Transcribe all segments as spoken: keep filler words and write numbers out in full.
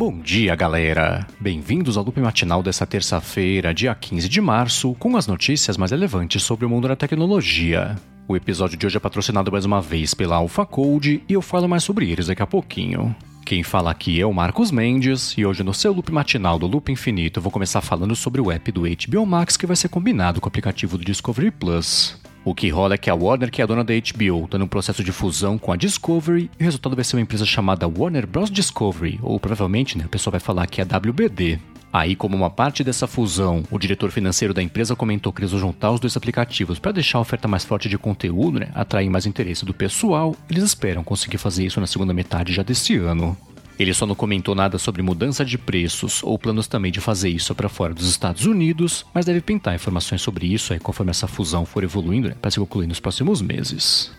Bom dia, galera! Bem-vindos ao loop matinal dessa terça-feira, dia quinze de março, com as notícias mais relevantes sobre o mundo da tecnologia. O episódio de hoje é patrocinado mais uma vez pela AlphaCode e eu falo mais sobre eles daqui a pouquinho. Quem fala aqui é o Marcos Mendes e hoje no seu loop matinal do Loop Infinito eu vou começar falando sobre o app do H B O Max que vai ser combinado com o aplicativo do Discovery Plus. O que rola é que a Warner, que é a dona da H B O, está num processo de fusão com a Discovery e o resultado vai ser uma empresa chamada Warner Bros. Discovery, ou provavelmente, né, o pessoal vai falar que é W B D. Aí, como uma parte dessa fusão, o diretor financeiro da empresa comentou que eles vão juntar os dois aplicativos para deixar a oferta mais forte de conteúdo, né, atrair mais interesse do pessoal. Eles esperam conseguir fazer isso na segunda metade já desse ano. Ele só não comentou nada sobre mudança de preços ou planos também de fazer isso para fora dos Estados Unidos, mas deve pintar informações sobre isso aí conforme essa fusão for evoluindo, né, para se concluir nos próximos meses.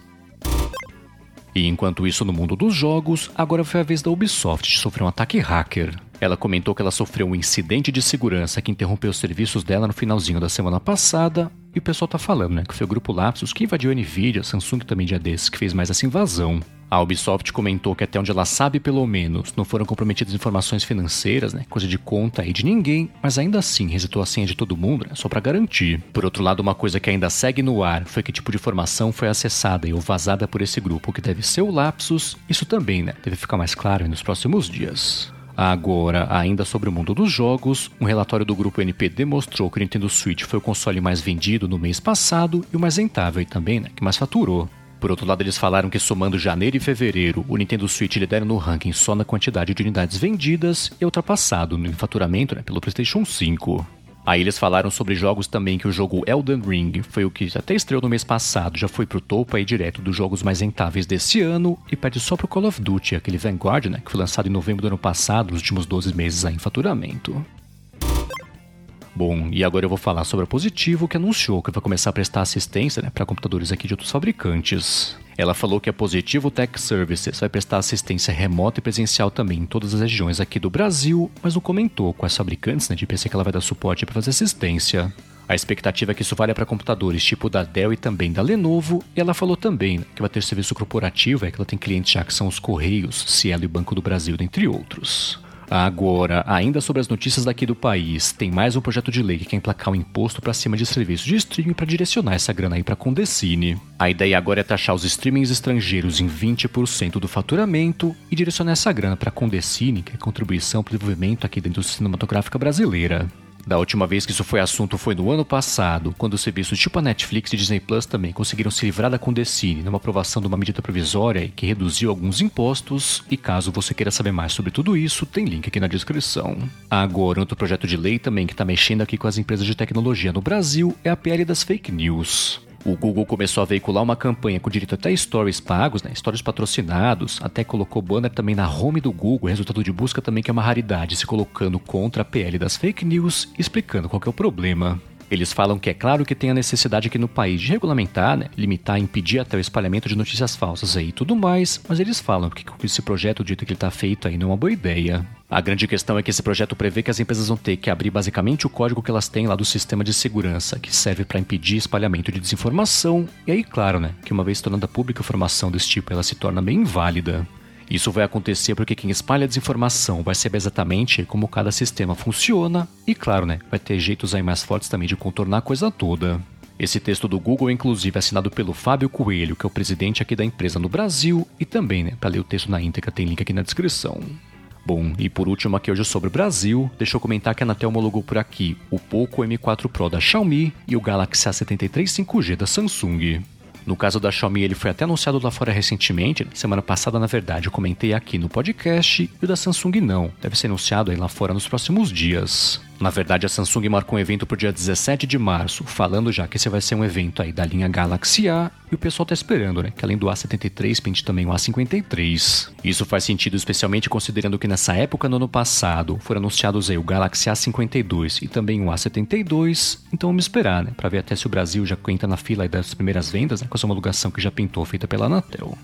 E enquanto isso, no mundo dos jogos, agora foi a vez da Ubisoft de sofrer um ataque hacker. Ela comentou que ela sofreu um incidente de segurança que interrompeu os serviços dela no finalzinho da semana passada, e o pessoal tá falando, né, que foi o grupo Lapsus que invadiu a Nvidia, Samsung também dia desses, que fez mais essa invasão. A Ubisoft comentou que até onde ela sabe, pelo menos, não foram comprometidas informações financeiras, né, coisa de conta aí de ninguém, mas ainda assim resetou a senha de todo mundo, né, só pra garantir. Por outro lado, uma coisa que ainda segue no ar foi que tipo de informação foi acessada e ou vazada por esse grupo, que deve ser o Lapsus. Isso também, né, deve ficar mais claro aí nos próximos dias. Agora, ainda sobre o mundo dos jogos, um relatório do grupo N P D mostrou que o Nintendo Switch foi o console mais vendido no mês passado e o mais rentável e também, né, que mais faturou. Por outro lado, eles falaram que somando janeiro e fevereiro, o Nintendo Switch lidera no ranking só na quantidade de unidades vendidas e é ultrapassado no faturamento, né, pelo PlayStation cinco. Aí eles falaram sobre jogos também, que o jogo Elden Ring foi o que até estreou no mês passado, já foi pro topo aí direto dos jogos mais rentáveis desse ano e perde só pro Call of Duty, aquele Vanguard, né, que foi lançado em novembro do ano passado, nos últimos doze meses aí em faturamento. Bom, e agora eu vou falar sobre a Positivo, que anunciou que vai começar a prestar assistência, né, para computadores aqui de outros fabricantes. Ela falou que a Positivo Tech Services vai prestar assistência remota e presencial também em todas as regiões aqui do Brasil, mas não comentou quais fabricantes, né, de P C que ela vai dar suporte para fazer assistência. A expectativa é que isso valha para computadores tipo da Dell e também da Lenovo, e ela falou também, né, que vai ter serviço corporativo, é que ela tem clientes já que são os Correios, Cielo e Banco do Brasil, dentre outros. Agora, ainda sobre as notícias daqui do país, tem mais um projeto de lei que quer emplacar o imposto para cima de serviços de streaming para direcionar essa grana aí para a Condecine. A ideia agora é taxar os streamings estrangeiros em vinte por cento do faturamento e direcionar essa grana para a Condecine, que é contribuição para o desenvolvimento aqui dentro da indústria cinematográfica brasileira. Da última vez que isso foi assunto foi no ano passado, quando os serviços tipo a Netflix e Disney Plus também conseguiram se livrar da Condecine numa aprovação de uma medida provisória que reduziu alguns impostos, e caso você queira saber mais sobre tudo isso, tem link aqui na descrição. Agora, outro projeto de lei também que está mexendo aqui com as empresas de tecnologia no Brasil é a P L das fake news. O Google começou a veicular uma campanha com direito até stories pagos, né, stories patrocinados, até colocou banner também na home do Google, resultado de busca também que é uma raridade, se colocando contra a P L das fake news, explicando qual que é o problema. Eles falam que é claro que tem a necessidade aqui no país de regulamentar, né, limitar, impedir até o espalhamento de notícias falsas aí e tudo mais, mas eles falam que esse projeto, do jeito que ele está feito aí, não é uma boa ideia. A grande questão é que esse projeto prevê que as empresas vão ter que abrir basicamente o código que elas têm lá do sistema de segurança, que serve para impedir espalhamento de desinformação, e aí, claro, né, que uma vez tornada pública informação desse tipo, ela se torna bem inválida. Isso vai acontecer porque quem espalha desinformação vai saber exatamente como cada sistema funciona e, claro, né, vai ter jeitos aí mais fortes também de contornar a coisa toda. Esse texto do Google é inclusive assinado pelo Fábio Coelho, que é o presidente aqui da empresa no Brasil, e também, né, para ler o texto na íntegra tem link aqui na descrição. Bom, e por último aqui hoje sobre o Brasil, deixa eu comentar que a Anatel homologou por aqui o Poco M quatro Pro da Xiaomi e o Galaxy A setenta e três cinco G da Samsung. No caso da Xiaomi, ele foi até anunciado lá fora recentemente, semana passada na verdade eu comentei aqui no podcast, e o da Samsung não, deve ser anunciado aí lá fora nos próximos dias. Na verdade, a Samsung marcou um evento para o dia dezessete de março, falando já que esse vai ser um evento aí da linha Galaxy A, e o pessoal tá esperando, né, que além do A setenta e três, pinte também o A cinquenta e três. Isso faz sentido especialmente considerando que nessa época, no ano passado, foram anunciados aí o Galaxy A cinquenta e dois e também o A setenta e dois, então vamos esperar, né, para ver até se o Brasil já entra na fila aí das primeiras vendas, né, com essa homologação que já pintou, feita pela Anatel.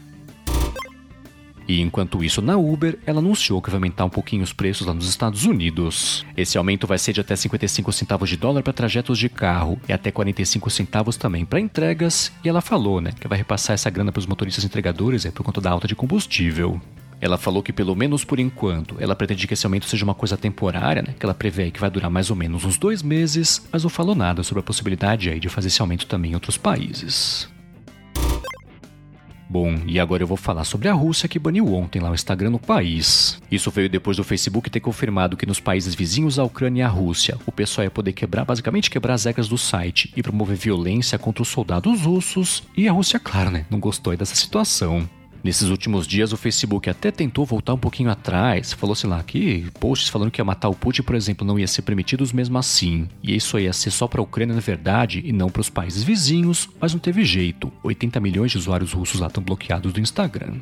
E enquanto isso, na Uber, ela anunciou que vai aumentar um pouquinho os preços lá nos Estados Unidos. Esse aumento vai ser de até cinquenta e cinco centavos de dólar para trajetos de carro e até quarenta e cinco centavos também para entregas. E ela falou, né, que vai repassar essa grana para os motoristas entregadores é, por conta da alta de combustível. Ela falou que pelo menos por enquanto, ela pretende que esse aumento seja uma coisa temporária, né? Que ela prevê que vai durar mais ou menos uns dois meses, mas não falou nada sobre a possibilidade aí de fazer esse aumento também em outros países. Bom, e agora eu vou falar sobre a Rússia, que baniu ontem lá o Instagram no país. Isso veio depois do Facebook ter confirmado que nos países vizinhos à Ucrânia e à Rússia, o pessoal ia poder quebrar, basicamente quebrar as regras do site e promover violência contra os soldados russos, e a Rússia, claro, né, não gostou aí dessa situação. Nesses últimos dias, o Facebook até tentou voltar um pouquinho atrás, falou, sei lá, que posts falando que ia matar o Putin, por exemplo, não ia ser permitidos mesmo assim. E isso ia ser só para a Ucrânia, na verdade, e não para os países vizinhos, mas não teve jeito. oitenta milhões de usuários russos lá estão bloqueados do Instagram.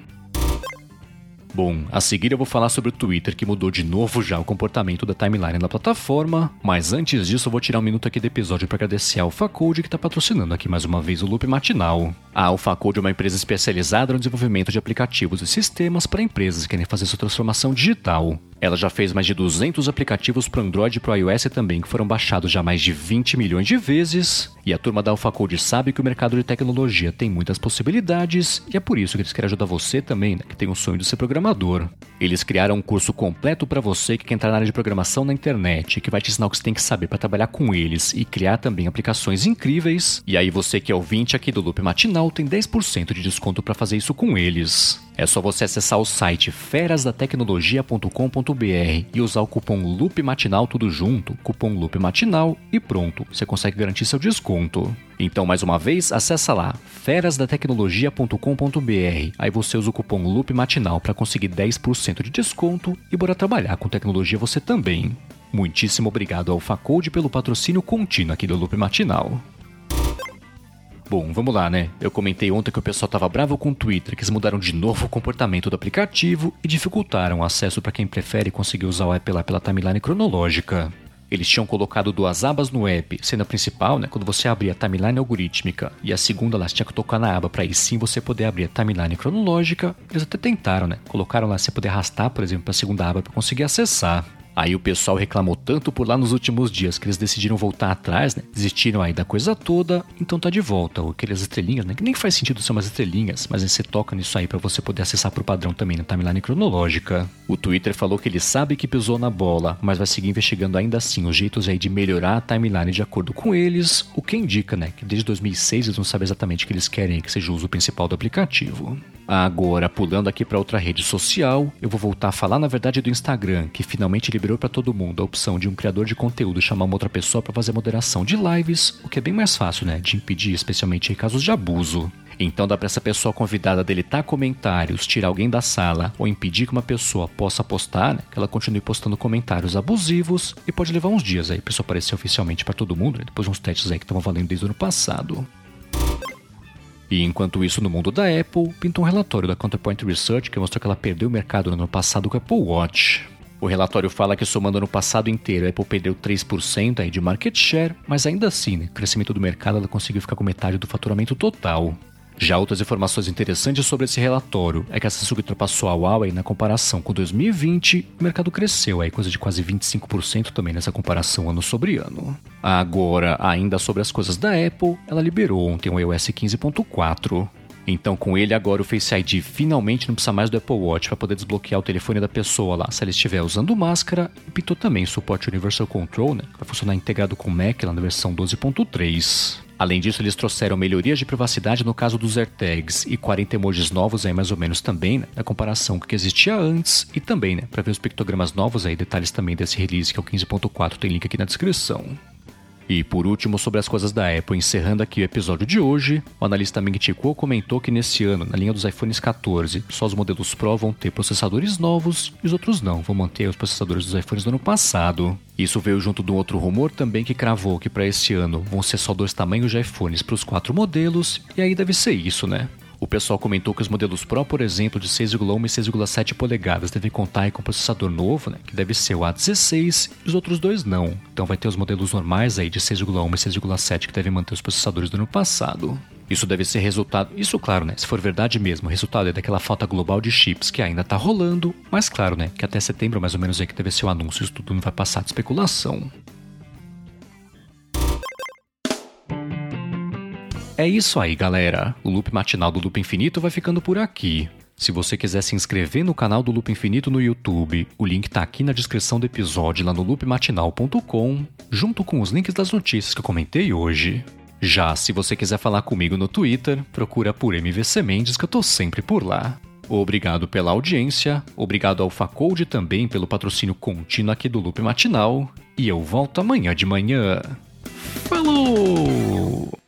Bom, a seguir eu vou falar sobre o Twitter, que mudou de novo já o comportamento da timeline da plataforma, mas antes disso eu vou tirar um minuto aqui do episódio para agradecer a AlphaCode, que está patrocinando aqui mais uma vez o Loop Matinal. A AlphaCode é uma empresa especializada no desenvolvimento de aplicativos e sistemas para empresas que querem fazer sua transformação digital. Ela já fez mais de duzentos aplicativos para Android e para iOS também, que foram baixados já mais de vinte milhões de vezes. E a turma da AlphaCode sabe que o mercado de tecnologia tem muitas possibilidades, e é por isso que eles querem ajudar você também, né, que tem o sonho de ser programador. Eles criaram um curso completo para você que quer entrar na área de programação na internet, que vai te ensinar o que você tem que saber para trabalhar com eles e criar também aplicações incríveis. E aí você que é ouvinte aqui do Loop Matinal tem dez por cento de desconto para fazer isso com eles. É só você acessar o site feras da tecnologia ponto com ponto b r e usar o cupom Loop Matinal tudo junto, cupom Loop Matinal, e pronto, você consegue garantir seu desconto. Então, mais uma vez, acessa lá, feras da tecnologia ponto com ponto b r, aí você usa o cupom Loop Matinal para conseguir dez por cento de desconto e bora trabalhar com tecnologia você também. Muitíssimo obrigado ao AlphaCode pelo patrocínio contínuo aqui do Loop Matinal. Bom, vamos lá, né? Eu comentei ontem que o pessoal tava bravo com o Twitter, que eles mudaram de novo o comportamento do aplicativo e dificultaram o acesso para quem prefere conseguir usar o app lá pela timeline cronológica. Eles tinham colocado duas abas no app, sendo a principal, né, quando você abria a timeline algorítmica, e a segunda lá você tinha que tocar na aba para aí sim você poder abrir a timeline cronológica. Eles até tentaram, né? Colocaram lá você poder arrastar, por exemplo, para a segunda aba para conseguir acessar. Aí o pessoal reclamou tanto por lá nos últimos dias que eles decidiram voltar atrás, né? Desistiram aí da coisa toda, então tá de volta. Aquelas estrelinhas, né? Que nem faz sentido ser umas estrelinhas, mas aí você toca nisso aí pra você poder acessar pro padrão também na timeline cronológica. O Twitter falou que ele sabe que pisou na bola, mas vai seguir investigando ainda assim os jeitos aí de melhorar a timeline de acordo com eles, o que indica, né? Que desde dois mil e seis eles não sabem exatamente o que eles querem que seja o uso principal do aplicativo. Agora, pulando aqui para outra rede social, eu vou voltar a falar na verdade do Instagram, que finalmente liberou para todo mundo a opção de um criador de conteúdo chamar uma outra pessoa para fazer moderação de lives, o que é bem mais fácil, né, de impedir, especialmente em casos de abuso. Então dá para essa pessoa convidada deletar comentários, tirar alguém da sala ou impedir que uma pessoa possa postar, né, que ela continue postando comentários abusivos, e pode levar uns dias aí para isso aparecer oficialmente para todo mundo, né, depois de uns testes aí que estavam valendo desde o ano passado. E enquanto isso, no mundo da Apple, pintou um relatório da Counterpoint Research que mostrou que ela perdeu o mercado no ano passado com o Apple Watch. O relatório fala que somando ano passado inteiro, a Apple perdeu três por cento aí de market share, mas ainda assim, né, o crescimento do mercado ela conseguiu ficar com metade do faturamento total. Já outras informações interessantes sobre esse relatório é que a Samsung ultrapassou a Huawei na comparação com dois mil e vinte, o mercado cresceu aí coisa de quase vinte e cinco por cento também nessa comparação ano sobre ano. Agora, ainda sobre as coisas da Apple, ela liberou ontem o iOS quinze ponto quatro. Então com ele agora o Face I D finalmente não precisa mais do Apple Watch para poder desbloquear o telefone da pessoa lá se ela estiver usando máscara, e pintou também o suporte Universal Control, né, que vai funcionar integrado com o Mac lá na versão doze ponto três. Além disso, eles trouxeram melhorias de privacidade no caso dos AirTags e quarenta emojis novos aí mais ou menos também, né, na comparação com o que existia antes, e também, né, para ver os pictogramas novos aí, detalhes também desse release que é o quinze ponto quatro, tem link aqui na descrição. E por último, sobre as coisas da Apple, encerrando aqui o episódio de hoje, o analista Ming Chi Kuo comentou que nesse ano, na linha dos iPhones quatorze, só os modelos Pro vão ter processadores novos e os outros não, vão manter os processadores dos iPhones do ano passado. Isso veio junto de um outro rumor também que cravou que para esse ano vão ser só dois tamanhos de iPhones para os quatro modelos, e aí deve ser isso, né? O pessoal comentou que os modelos Pro, por exemplo, de seis vírgula um e seis vírgula sete polegadas devem contar com um processador novo, né, que deve ser o A dezesseis, e os outros dois não. Então vai ter os modelos normais aí de seis vírgula um e seis vírgula sete que devem manter os processadores do ano passado. Isso deve ser resultado, isso claro, né, se for verdade mesmo, resultado é daquela falta global de chips que ainda tá rolando, mas claro, né, que até setembro mais ou menos é que deve ser o anúncio, isso tudo não vai passar de especulação. É isso aí, galera. O Loop Matinal do Loop Infinito vai ficando por aqui. Se você quiser se inscrever no canal do Loop Infinito no YouTube, o link tá aqui na descrição do episódio lá no loop matinal ponto com, junto com os links das notícias que eu comentei hoje. Já se você quiser falar comigo no Twitter, procura por M V C Mendes que eu tô sempre por lá. Obrigado pela audiência, obrigado ao Facode também pelo patrocínio contínuo aqui do Loop Matinal, e eu volto amanhã de manhã. Falou!